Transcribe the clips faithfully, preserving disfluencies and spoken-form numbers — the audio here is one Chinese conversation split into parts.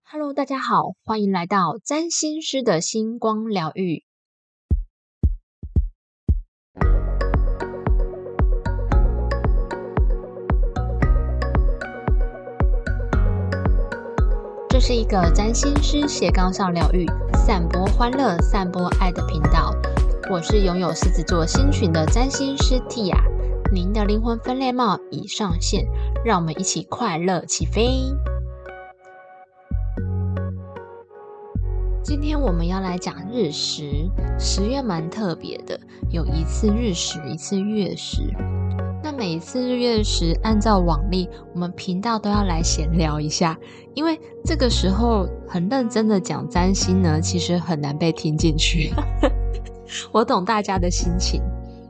Hello，大家好，欢迎来到占星师的星光疗愈。这是一个占星师斜杠上疗愈、散播欢乐、散播爱的频道。我是拥有狮子座星群的占星师 Tia， 您的灵魂分类帽已上线，让我们一起快乐起飞。今天我们要来讲日食，十月蛮特别的，有一次日食，一次月食。那每一次日月食，按照往例，我们频道都要来闲聊一下，因为这个时候很认真的讲占星呢，其实很难被听进去。我懂大家的心情。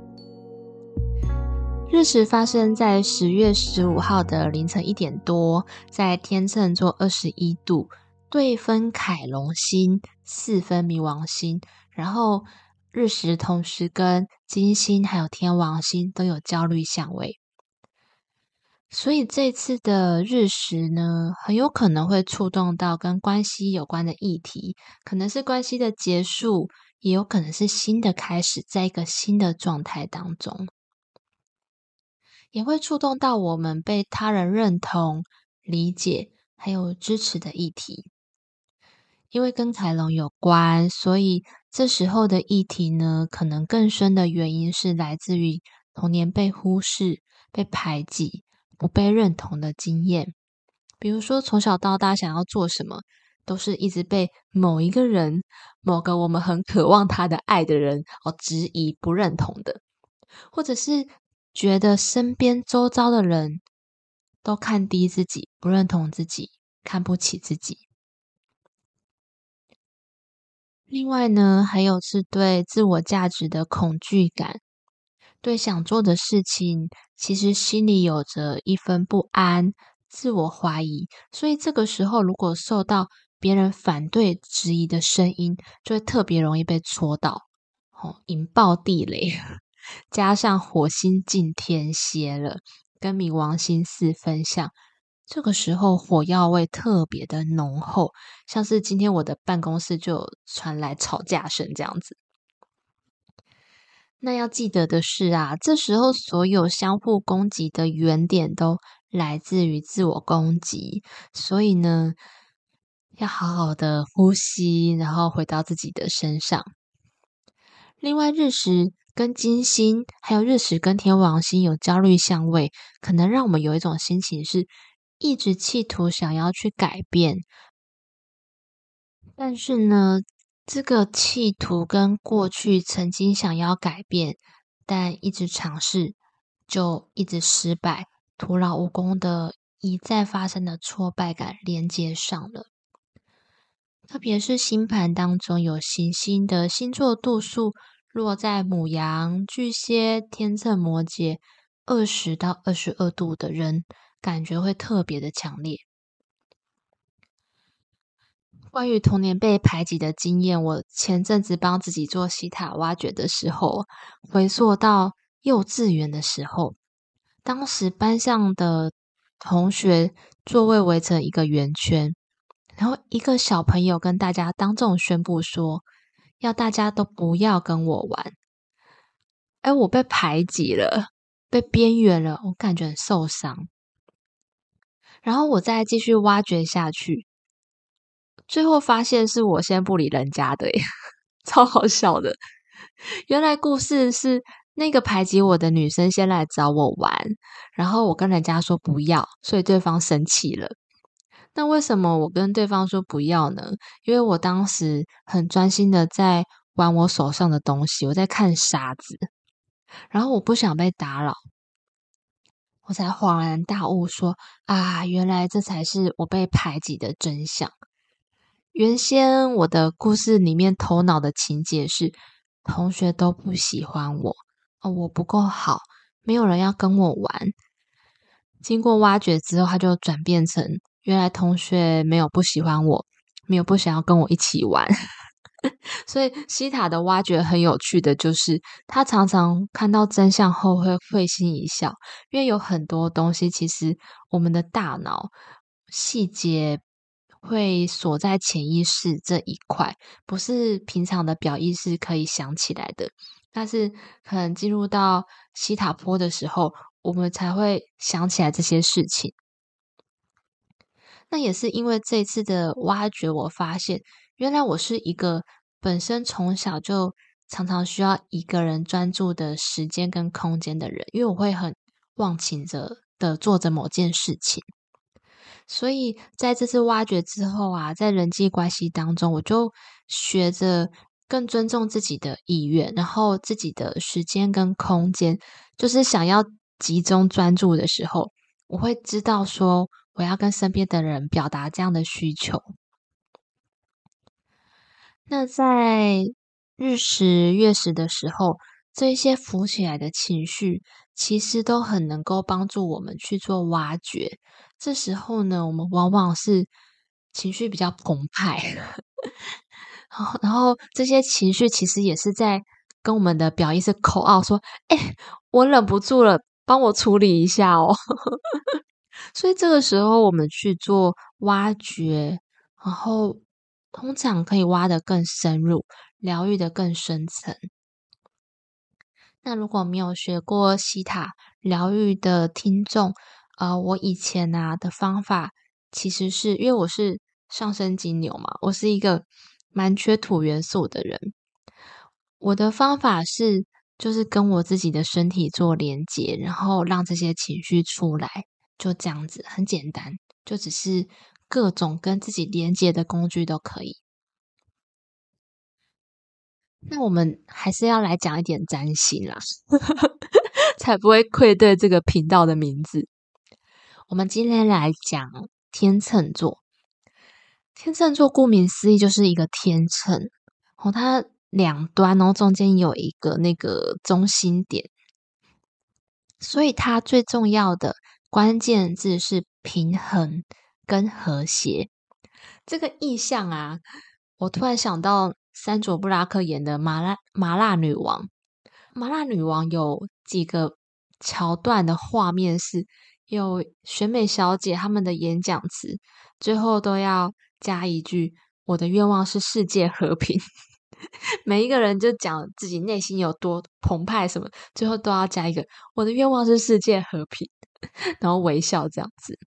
日食发生在十月十五号的凌晨一点多，在天秤座二十一度。对分凯龙星，四分冥王星，然后日食同时跟金星还有天王星都有焦虑相位，所以这次的日食呢，很有可能会触动到跟关系有关的议题，可能是关系的结束，也有可能是新的开始，在一个新的状态当中，也会触动到我们被他人认同、理解还有支持的议题。因为跟凯龙有关，所以这时候的议题呢，可能更深的原因是来自于童年被忽视、被排挤、不被认同的经验。比如说从小到大想要做什么，都是一直被某一个人、某个我们很渴望他的爱的人哦质疑、不认同的，或者是觉得身边周遭的人都看低自己、不认同自己、看不起自己。另外呢，还有是对自我价值的恐惧感，对想做的事情，其实心里有着一分不安、自我怀疑，所以这个时候如果受到别人反对、质疑的声音，就会特别容易被戳到，哦，引爆地雷。加上火星进天蝎了，跟冥王星四分相。这个时候火药味特别的浓厚，像是今天我的办公室就有传来吵架声这样子。那要记得的是啊，这时候所有相互攻击的原点都来自于自我攻击，所以呢，要好好的呼吸，然后回到自己的身上。另外，日食跟金星，还有日食跟天王星有焦虑相位，可能让我们有一种心情是一直企图想要去改变，但是呢，这个企图跟过去曾经想要改变，但一直尝试就一直失败，徒劳无功的一再发生的挫败感连接上了。特别是星盘当中有行星的星座度数落在牡羊、巨蟹、天秤、摩羯二十到二十二度的人，感觉会特别的强烈。关于童年被排挤的经验，我前阵子帮自己做西塔挖掘的时候，回溯到幼稚园的时候，当时班上的同学座位围成一个圆圈，然后一个小朋友跟大家当众宣布说，要大家都不要跟我玩。哎，我被排挤了，被边缘了，我感觉很受伤。然后我再继续挖掘下去，最后发现是我先不理人家的耶，超好笑的。原来故事是那个排挤我的女生先来找我玩，然后我跟人家说不要，所以对方生气了。那为什么我跟对方说不要呢？因为我当时很专心的在玩我手上的东西，我在看沙子，然后我不想被打扰，我才恍然大悟说啊，原来这才是我被排挤的真相。原先我的故事里面头脑的情节是同学都不喜欢我，哦，我不够好，没有人要跟我玩。经过挖掘之后，它就转变成原来同学没有不喜欢我，没有不想要跟我一起玩。所以西塔的挖掘很有趣的就是他常常看到真相后会会心一笑，因为有很多东西其实我们的大脑细节会锁在潜意识这一块，不是平常的表意识可以想起来的。但是可能进入到西塔波的时候，我们才会想起来这些事情。那也是因为这次的挖掘，我发现原来我是一个本身从小就常常需要一个人专注的时间跟空间的人，因为我会很忘情着的做着某件事情。所以在这次挖掘之后啊，在人际关系当中，我就学着更尊重自己的意愿，然后自己的时间跟空间，就是想要集中专注的时候，我会知道说我要跟身边的人表达这样的需求。那在日食、月食的时候，这一些浮起来的情绪，其实都很能够帮助我们去做挖掘。这时候呢，我们往往是情绪比较澎湃，然后然后这些情绪其实也是在跟我们的表意识口号说：“哎，我忍不住了，帮我处理一下哦。”所以这个时候我们去做挖掘，然后通常可以挖得更深入，疗愈得更深层。那如果没有学过西塔疗愈的听众，呃，我以前啊的方法其实是因为我是上升金牛嘛，我是一个蛮缺土元素的人。我的方法是，就是跟我自己的身体做连接，然后让这些情绪出来，就这样子，很简单，就只是各种跟自己连接的工具都可以。那我们还是要来讲一点占星啦，才不会愧对这个频道的名字。我们今天来讲天秤座。天秤座顾名思义就是一个天秤，哦，它两端哦，中间有一个那个中心点，所以它最重要的关键字是平衡跟和谐。这个意象啊，我突然想到山卓布拉克演的麻辣麻辣女王。麻辣女王有几个桥段的画面是，有选美小姐她们的演讲词，最后都要加一句：“我的愿望是世界和平。”每一个人就讲自己内心有多澎湃什么，最后都要加一个：“我的愿望是世界和平。”然后微笑这样子。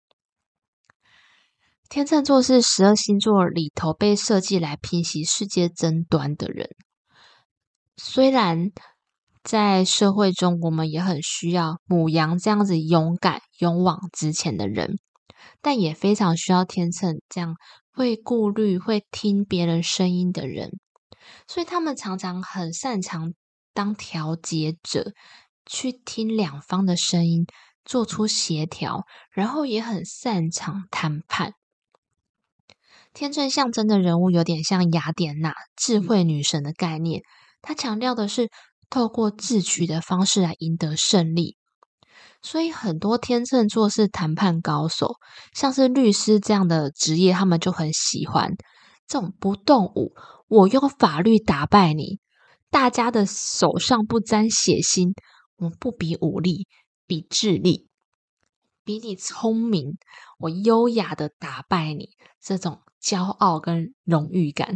天秤座是十二星座里头被设计来平息世界争端的人。虽然在社会中，我们也很需要母羊这样子勇敢、勇往直前的人，但也非常需要天秤这样会顾虑、会听别人声音的人。所以他们常常很擅长当调解者，去听两方的声音，做出协调，然后也很擅长谈判。天秤象征的人物有点像雅典娜，智慧女神的概念。她强调的是透过智取的方式来赢得胜利。所以很多天秤座是谈判高手，像是律师这样的职业，他们就很喜欢这种不动武，我用法律打败你，大家的手上不沾血腥，我们不比武力，比智力，比你聪明，我优雅的打败你，这种骄傲跟荣誉感。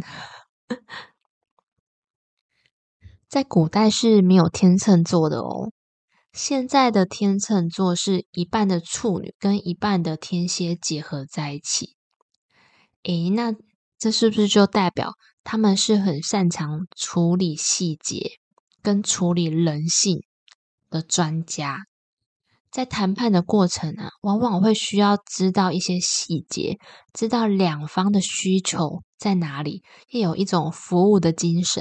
在古代是没有天秤座的哦。现在的天秤座是一半的处女跟一半的天蝎结合在一起。诶，那这是不是就代表他们是很擅长处理细节跟处理人性的专家？在谈判的过程啊，往往会需要知道一些细节，知道两方的需求在哪里，也有一种服务的精神。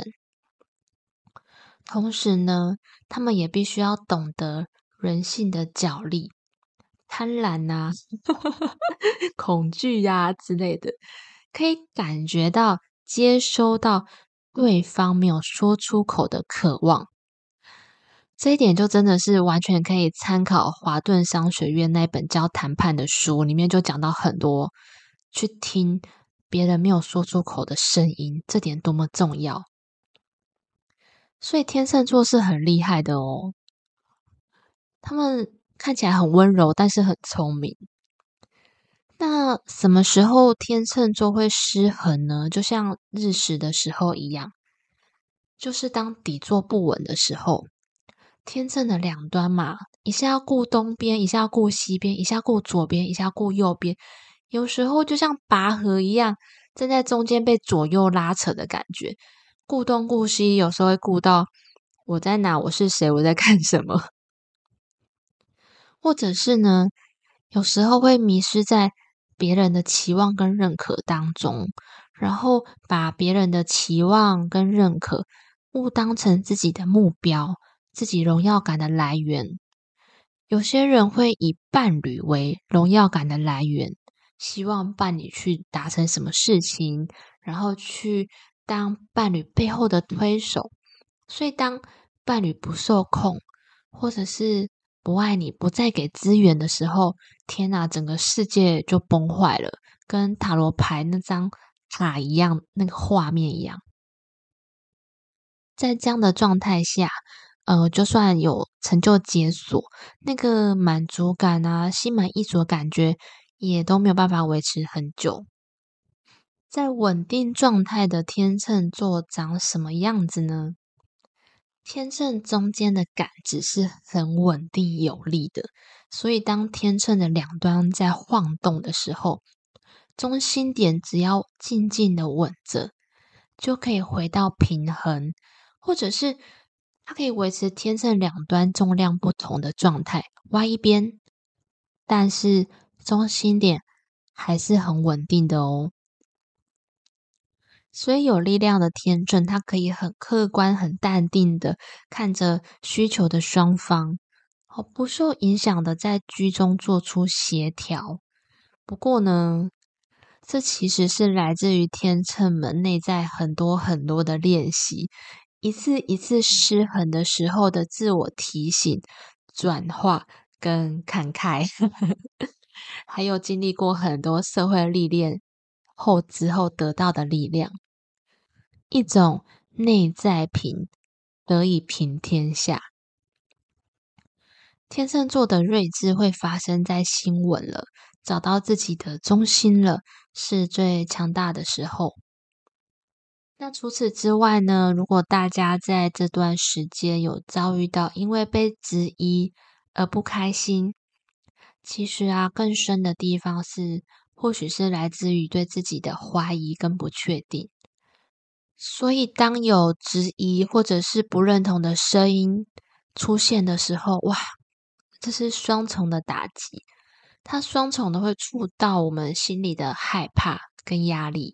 同时呢，他们也必须要懂得人性的角力、贪婪啊、恐惧呀、之类的，可以感觉到、接收到对方没有说出口的渴望。这一点就真的是完全可以参考华顿商学院那本教谈判的书，里面就讲到很多去听别人没有说出口的声音，这点多么重要。所以天秤座是很厉害的哦，他们看起来很温柔，但是很聪明。 那什么时候天秤座会失衡呢？就像日食的时候一样，就是当底座不稳的时候，天秤的两端嘛，一下要顾东边，一下要顾西边，一下顾左边，一下顾右边，有时候就像拔河一样，站在中间被左右拉扯的感觉，顾东顾西，有时候会顾到我在哪，我是谁，我在干什么，或者是呢，有时候会迷失在别人的期望跟认可当中，然后把别人的期望跟认可误当成自己的目标，自己荣耀感的来源。有些人会以伴侣为荣耀感的来源，希望伴侣去达成什么事情，然后去当伴侣背后的推手。所以当伴侣不受控，或者是不爱你，不再给资源的时候，天哪，整个世界就崩坏了，跟塔罗牌那张塔一样，那个画面一样。在这样的状态下，呃，就算有成就解锁，那个满足感啊，心满意足的感觉，也都没有办法维持很久。在稳定状态的天秤座长什么样子呢？天秤中间的杆子是很稳定有力的，所以当天秤的两端在晃动的时候，中心点只要静静的稳着，就可以回到平衡，或者是它可以维持天秤两端重量不同的状态，歪一边，但是中心点还是很稳定的哦。所以有力量的天秤，它可以很客观、很淡定的看着需求的双方，好不受影响的在居中做出协调。不过呢，这其实是来自于天秤们内在很多很多的练习，一次一次失衡的时候的自我提醒、转化跟看开，还有经历过很多社会历练后之后得到的力量。一种内在平得以平天下。天秤座的睿智会发生在心稳了，找到自己的中心了，是最强大的时候。那除此之外呢？如果大家在这段时间有遭遇到因为被质疑而不开心，其实啊，更深的地方是，或许是来自于对自己的怀疑跟不确定。所以，当有质疑或者是不认同的声音出现的时候，哇，这是双重的打击。它双重的会触到我们心里的害怕跟压力。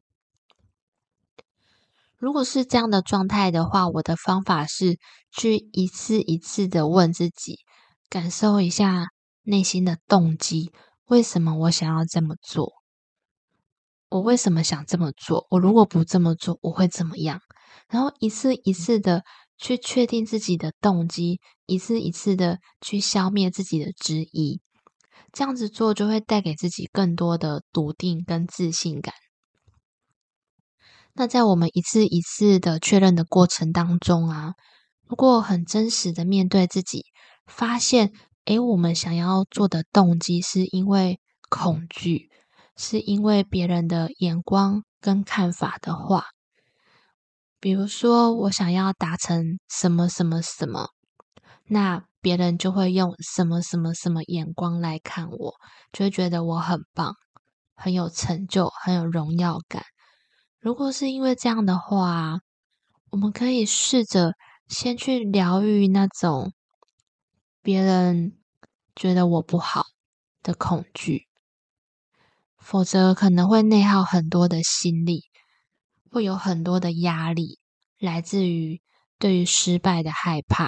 如果是这样的状态的话，我的方法是去一次一次的问自己，感受一下内心的动机，为什么我想要这么做？我为什么想这么做？我如果不这么做，我会怎么样？然后一次一次的去确定自己的动机，一次一次的去消灭自己的质疑，这样子做就会带给自己更多的笃定跟自信感。那在我们一次一次的确认的过程当中啊，如果很真实的面对自己，发现，诶，我们想要做的动机是因为恐惧，是因为别人的眼光跟看法的话，比如说我想要达成什么什么什么，那别人就会用什么什么什么眼光来看我，就会觉得我很棒，很有成就，很有荣耀感。如果是因为这样的话，我们可以试着先去疗愈那种别人觉得我不好的恐惧，否则可能会内耗很多的心力，会有很多的压力，来自于对于失败的害怕。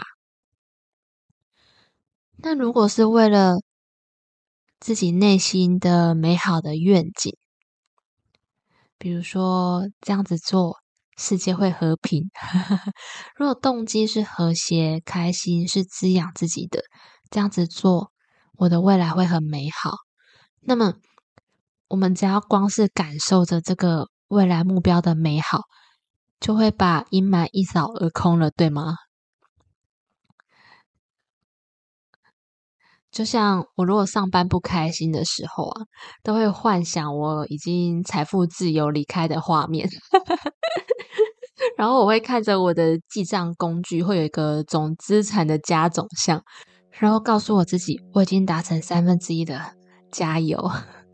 那如果是为了自己内心的美好的愿景，比如说这样子做，世界会和平。如果动机是和谐、开心，是滋养自己的，这样子做，我的未来会很美好。那么，我们只要光是感受着这个未来目标的美好，就会把阴霾一扫而空了，对吗？ 就像我如果上班不开心的时候啊，都会幻想我已经财富自由离开的画面。然后我会看着我的记账工具，会有一个总资产的加总项，然后告诉我自己，我已经达成三分之一了，加油。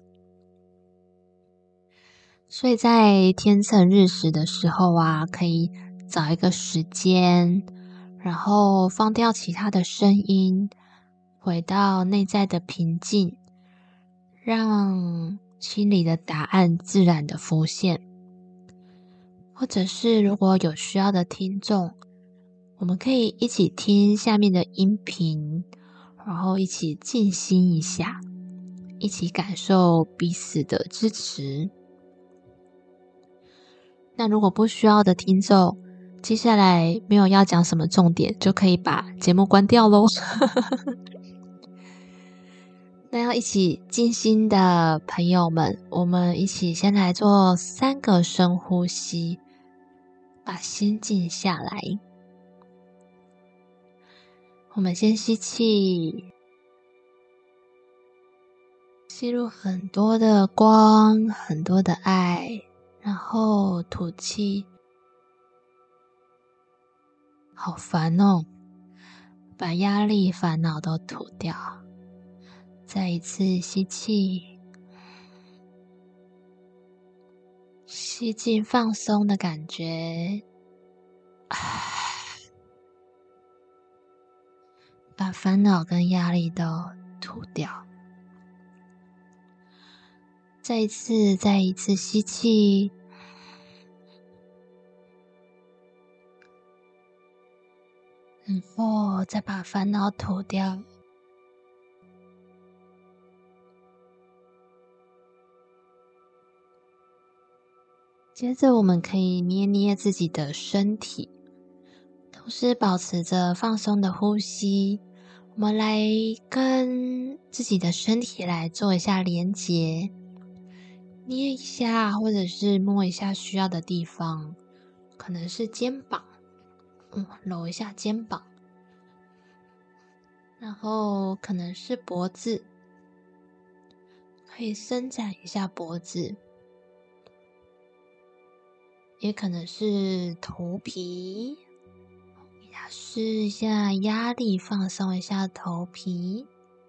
所以在天秤日食的时候啊，可以找一个时间，然后放掉其他的声音，回到内在的平静，让心里的答案自然的浮现。或者是如果有需要的听众，我们可以一起听下面的音频，然后一起静心一下，一起感受彼此的支持。那如果不需要的听众，接下来没有要讲什么重点，就可以把节目关掉咯。那要一起静心的朋友们，我们一起先来做三个深呼吸，把心静下来。我们先吸气，吸入很多的光，很多的爱，然后吐气。好烦哦，把压力、烦恼都吐掉。再一次吸气，吸进放松的感觉，把烦恼跟压力都吐掉。再一次，再一次吸气，然后再把烦恼吐掉。接着我们可以捏捏自己的身体，同时保持着放松的呼吸。我们来跟自己的身体来做一下连结，捏一下或者是摸一下需要的地方，可能是肩膀，嗯，揉一下肩膀，然后可能是脖子，可以伸展一下脖子，也可能是头皮，给它施一下压力，放松一下头皮。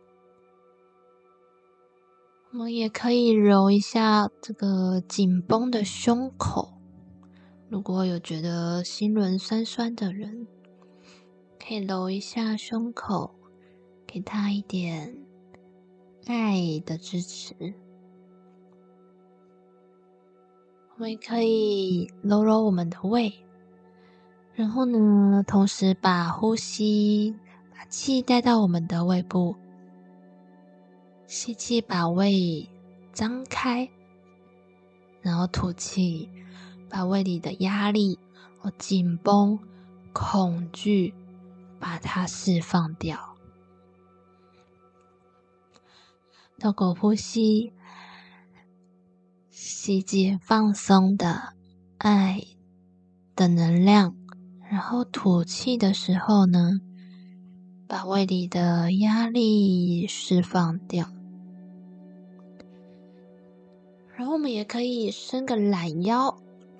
我们也可以揉一下这个紧绷的胸口，如果有觉得心轮酸酸的人，可以揉一下胸口，给他一点爱的支持。我们也可以揉揉我们的胃，然后呢，同时把呼吸，把气带到我们的胃部，吸气把胃张开，然后吐气，把胃里的压力、紧绷、恐惧，把它释放掉。透过呼吸，吸进放松的爱的能量，然后吐气的时候呢，把胃里的压力释放掉。然后我们也可以伸个懒腰，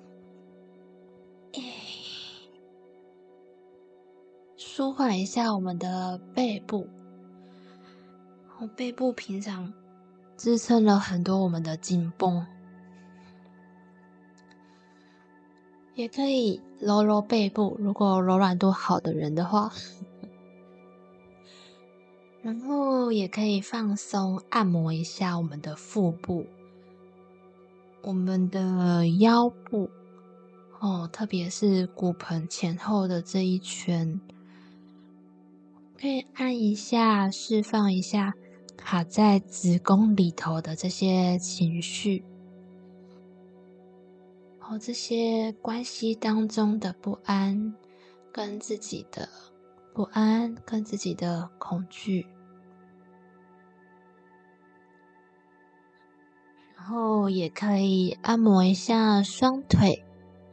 舒缓一下我们的背部。背部平常支撑了很多我们的紧绷，也可以揉揉背部，如果柔软度好的人的话。然后也可以放松按摩一下我们的腹部，我们的腰部哦，特别是骨盆前后的这一圈，可以按一下，释放一下卡在子宫里头的这些情绪，哦，这些关系当中的不安，跟自己的不安，跟自己的恐惧。然后也可以按摩一下双腿，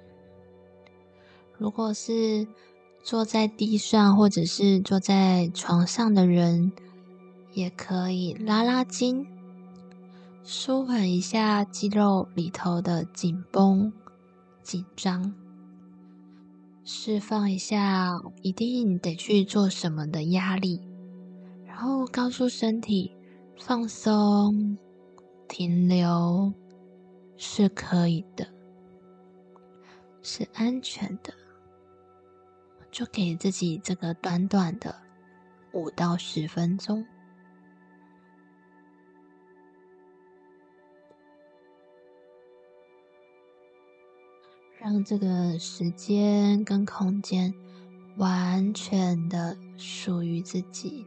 如果是坐在地上或者是坐在床上的人， 也可以拉拉筋，舒缓一下肌肉里头的紧绷、紧张，释放一下一定得去做什么的压力，然后告诉身体放松、停留是可以的，是安全的。就给自己这个短短的五到十分钟，让这个时间跟空间完全的属于自己，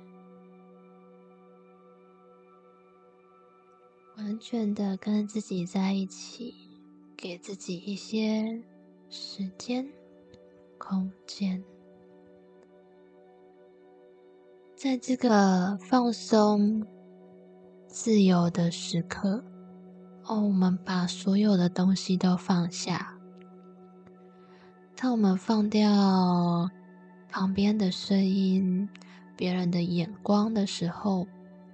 完全的跟自己在一起，给自己一些时间、空间。在这个放松、自由的时刻，哦，我们把所有的东西都放下。当我们放掉旁边的声音、别人的眼光的时候，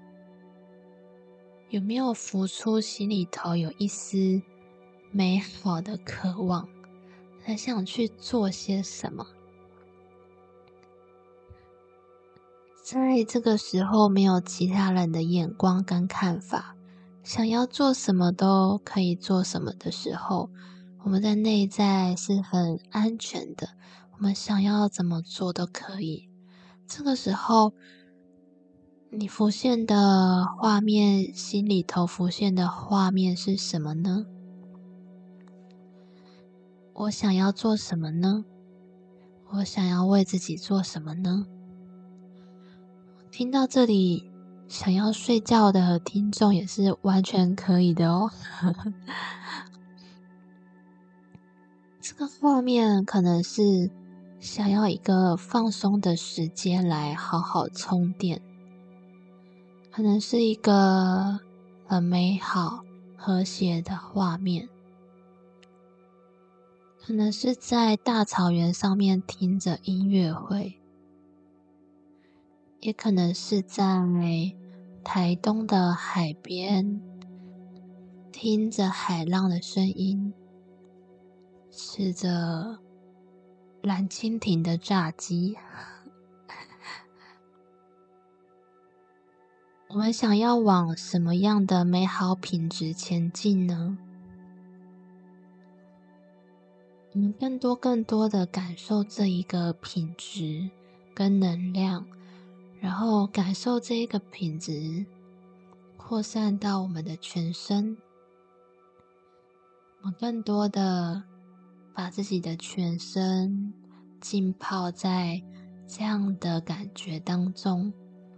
有没有浮出心里头有一丝美好的渴望，很想去做些什么？在这个时候没有其他人的眼光跟看法，想要做什么都可以做什么的时候，我们在内在是很安全的，我们想要怎么做都可以。这个时候你浮现的画面，心里头浮现的画面是什么呢？我想要做什么呢？我想要为自己做什么呢？听到这里，想要睡觉的听众也是完全可以的哦。这个画面可能是想要一个放松的时间来好好充电，可能是一个很美好、和谐的画面，可能是在大草原上面听着音乐会，也可能是在台东的海边，听着海浪的声音，吃着蓝蜻蜓的炸鸡。我们想要往什么样的美好品质前进呢？我们更多更多的感受这一个品质跟能量，然后感受这一个品质扩散到我们的全身。我们更多的把自己的全身浸泡在这样的感觉当中。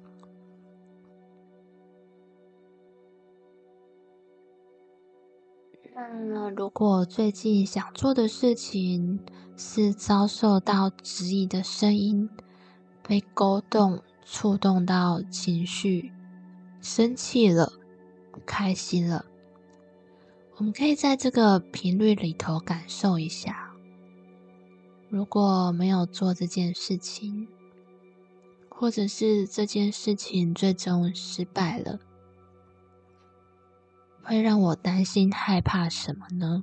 那如果最近想做的事情是遭受到质疑的声音，被勾动、触动到情绪，生气了、不开心了，我们可以在这个频率里头感受一下。如果没有做这件事情，或者是这件事情最终失败了，会让我担心害怕什么呢？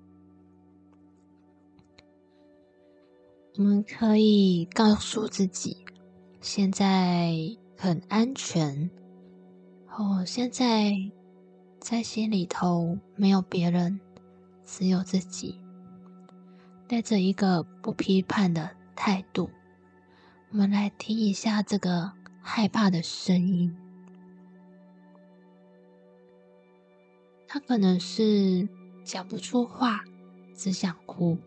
我们可以告诉自己，现在很安全，哦，现在在心里头没有别人，只有自己，带着一个不批判的态度，我们来听一下这个害怕的声音。他可能是讲不出话，只想哭，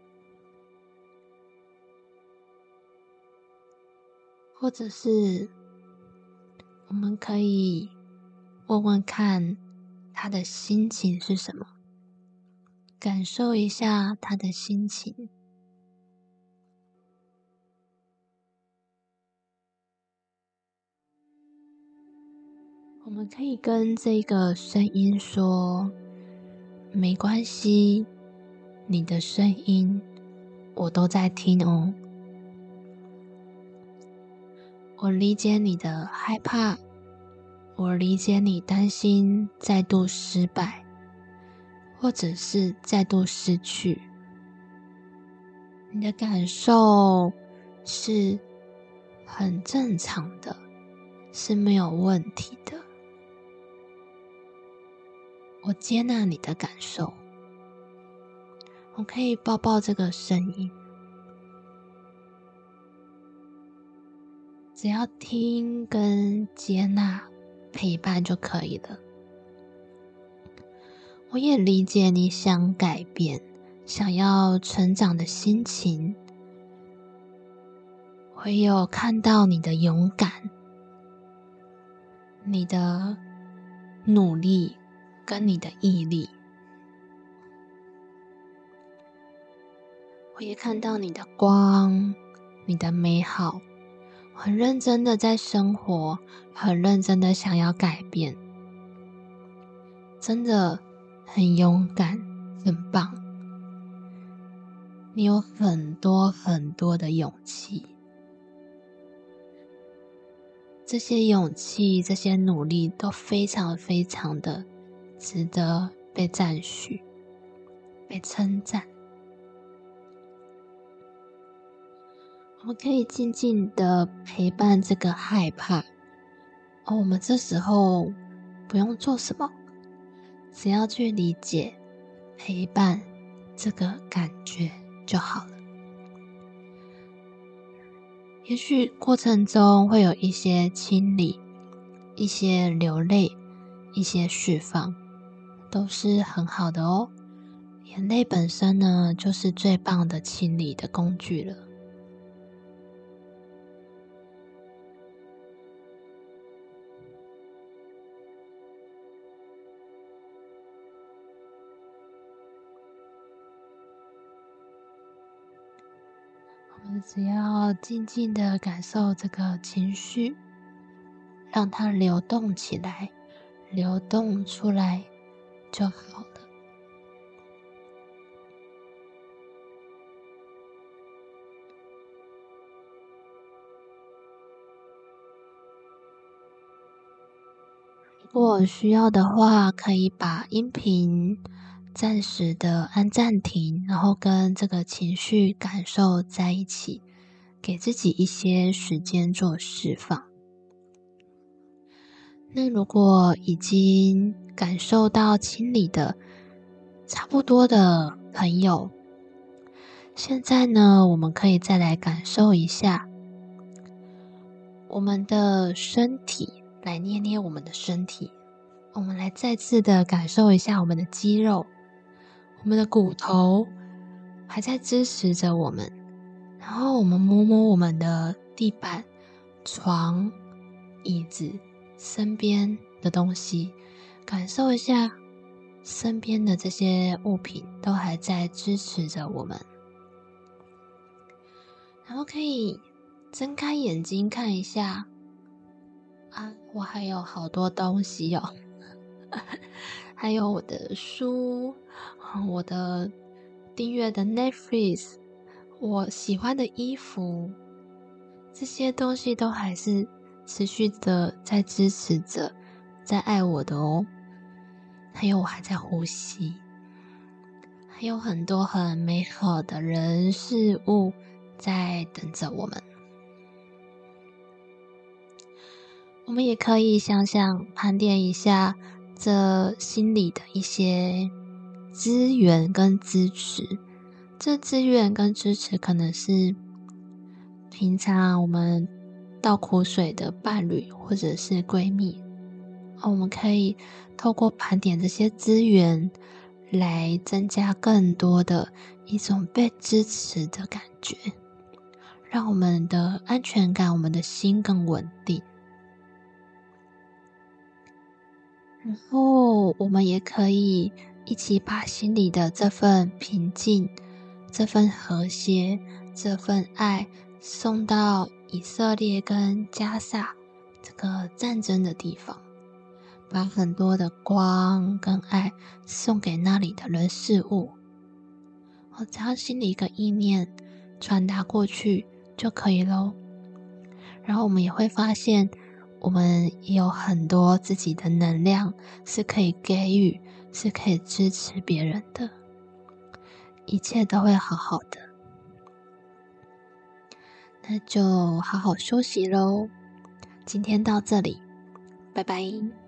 或者是我们可以问问看他的心情是什么，感受一下他的心情。我们可以跟这个声音说，没关系，你的声音我都在听哦。我理解你的害怕， 我理解你担心再度失败，或者是再度失去。你的感受是很正常的，是没有问题的。我接纳你的感受，我可以抱抱这个声音，只要听跟接纳陪伴就可以了。我也理解你想改变，想要成长的心情，我也有看到你的勇敢，你的努力跟你的毅力，我也看到你的光，你的美好，很认真的在生活，很认真的想要改变，真的很勇敢，很棒。你有很多很多的勇气，这些勇气，这些努力都非常非常的值得被赞许，被称赞。我们可以静静的陪伴这个害怕，而我们这时候不用做什么，只要去理解、陪伴这个感觉就好了。也许过程中会有一些清理，一些流泪，一些释放，都是很好的哦。眼泪本身呢，就是最棒的清理的工具了。我们只要静静的感受这个情绪，让它流动起来，流动出来就好了。如果需要的话，可以把音频暂时的按暂停，然后跟这个情绪感受在一起，给自己一些时间做释放。那如果已经感受到清理的差不多的朋友，现在呢，我们可以再来感受一下我们的身体，来捏捏我们的身体。我们来再次的感受一下我们的肌肉，我们的骨头还在支持着我们，然后我们摸摸我们的地板、床、椅子、身边的东西，感受一下身边的这些物品都还在支持着我们。然后可以睁开眼睛看一下，啊，我还有好多东西哦。还有我的书，我的订阅的 Netflix， 我喜欢的衣服，这些东西都还是持续的在支持着，在爱我的哦。还有我还在呼吸，还有很多很美好的人事物在等着我们。我们也可以想想盘点一下这心里的一些资源跟支持，这资源跟支持可能是平常我们倒苦水的伴侣或者是闺蜜，我们可以透过盘点这些资源来增加更多的一种被支持的感觉，让我们的安全感，我们的心更稳定。然后我们也可以一起把心里的这份平静、这份和谐、这份爱送到以色列跟加萨这个战争的地方，把很多的光跟爱送给那里的人事物。我只要心里一个意念传达过去就可以咯。然后我们也会发现， 我们也有很多自己的能量是可以给予，是可以支持别人的，一切都会好好的。那就好好休息咯，今天到这里，拜拜。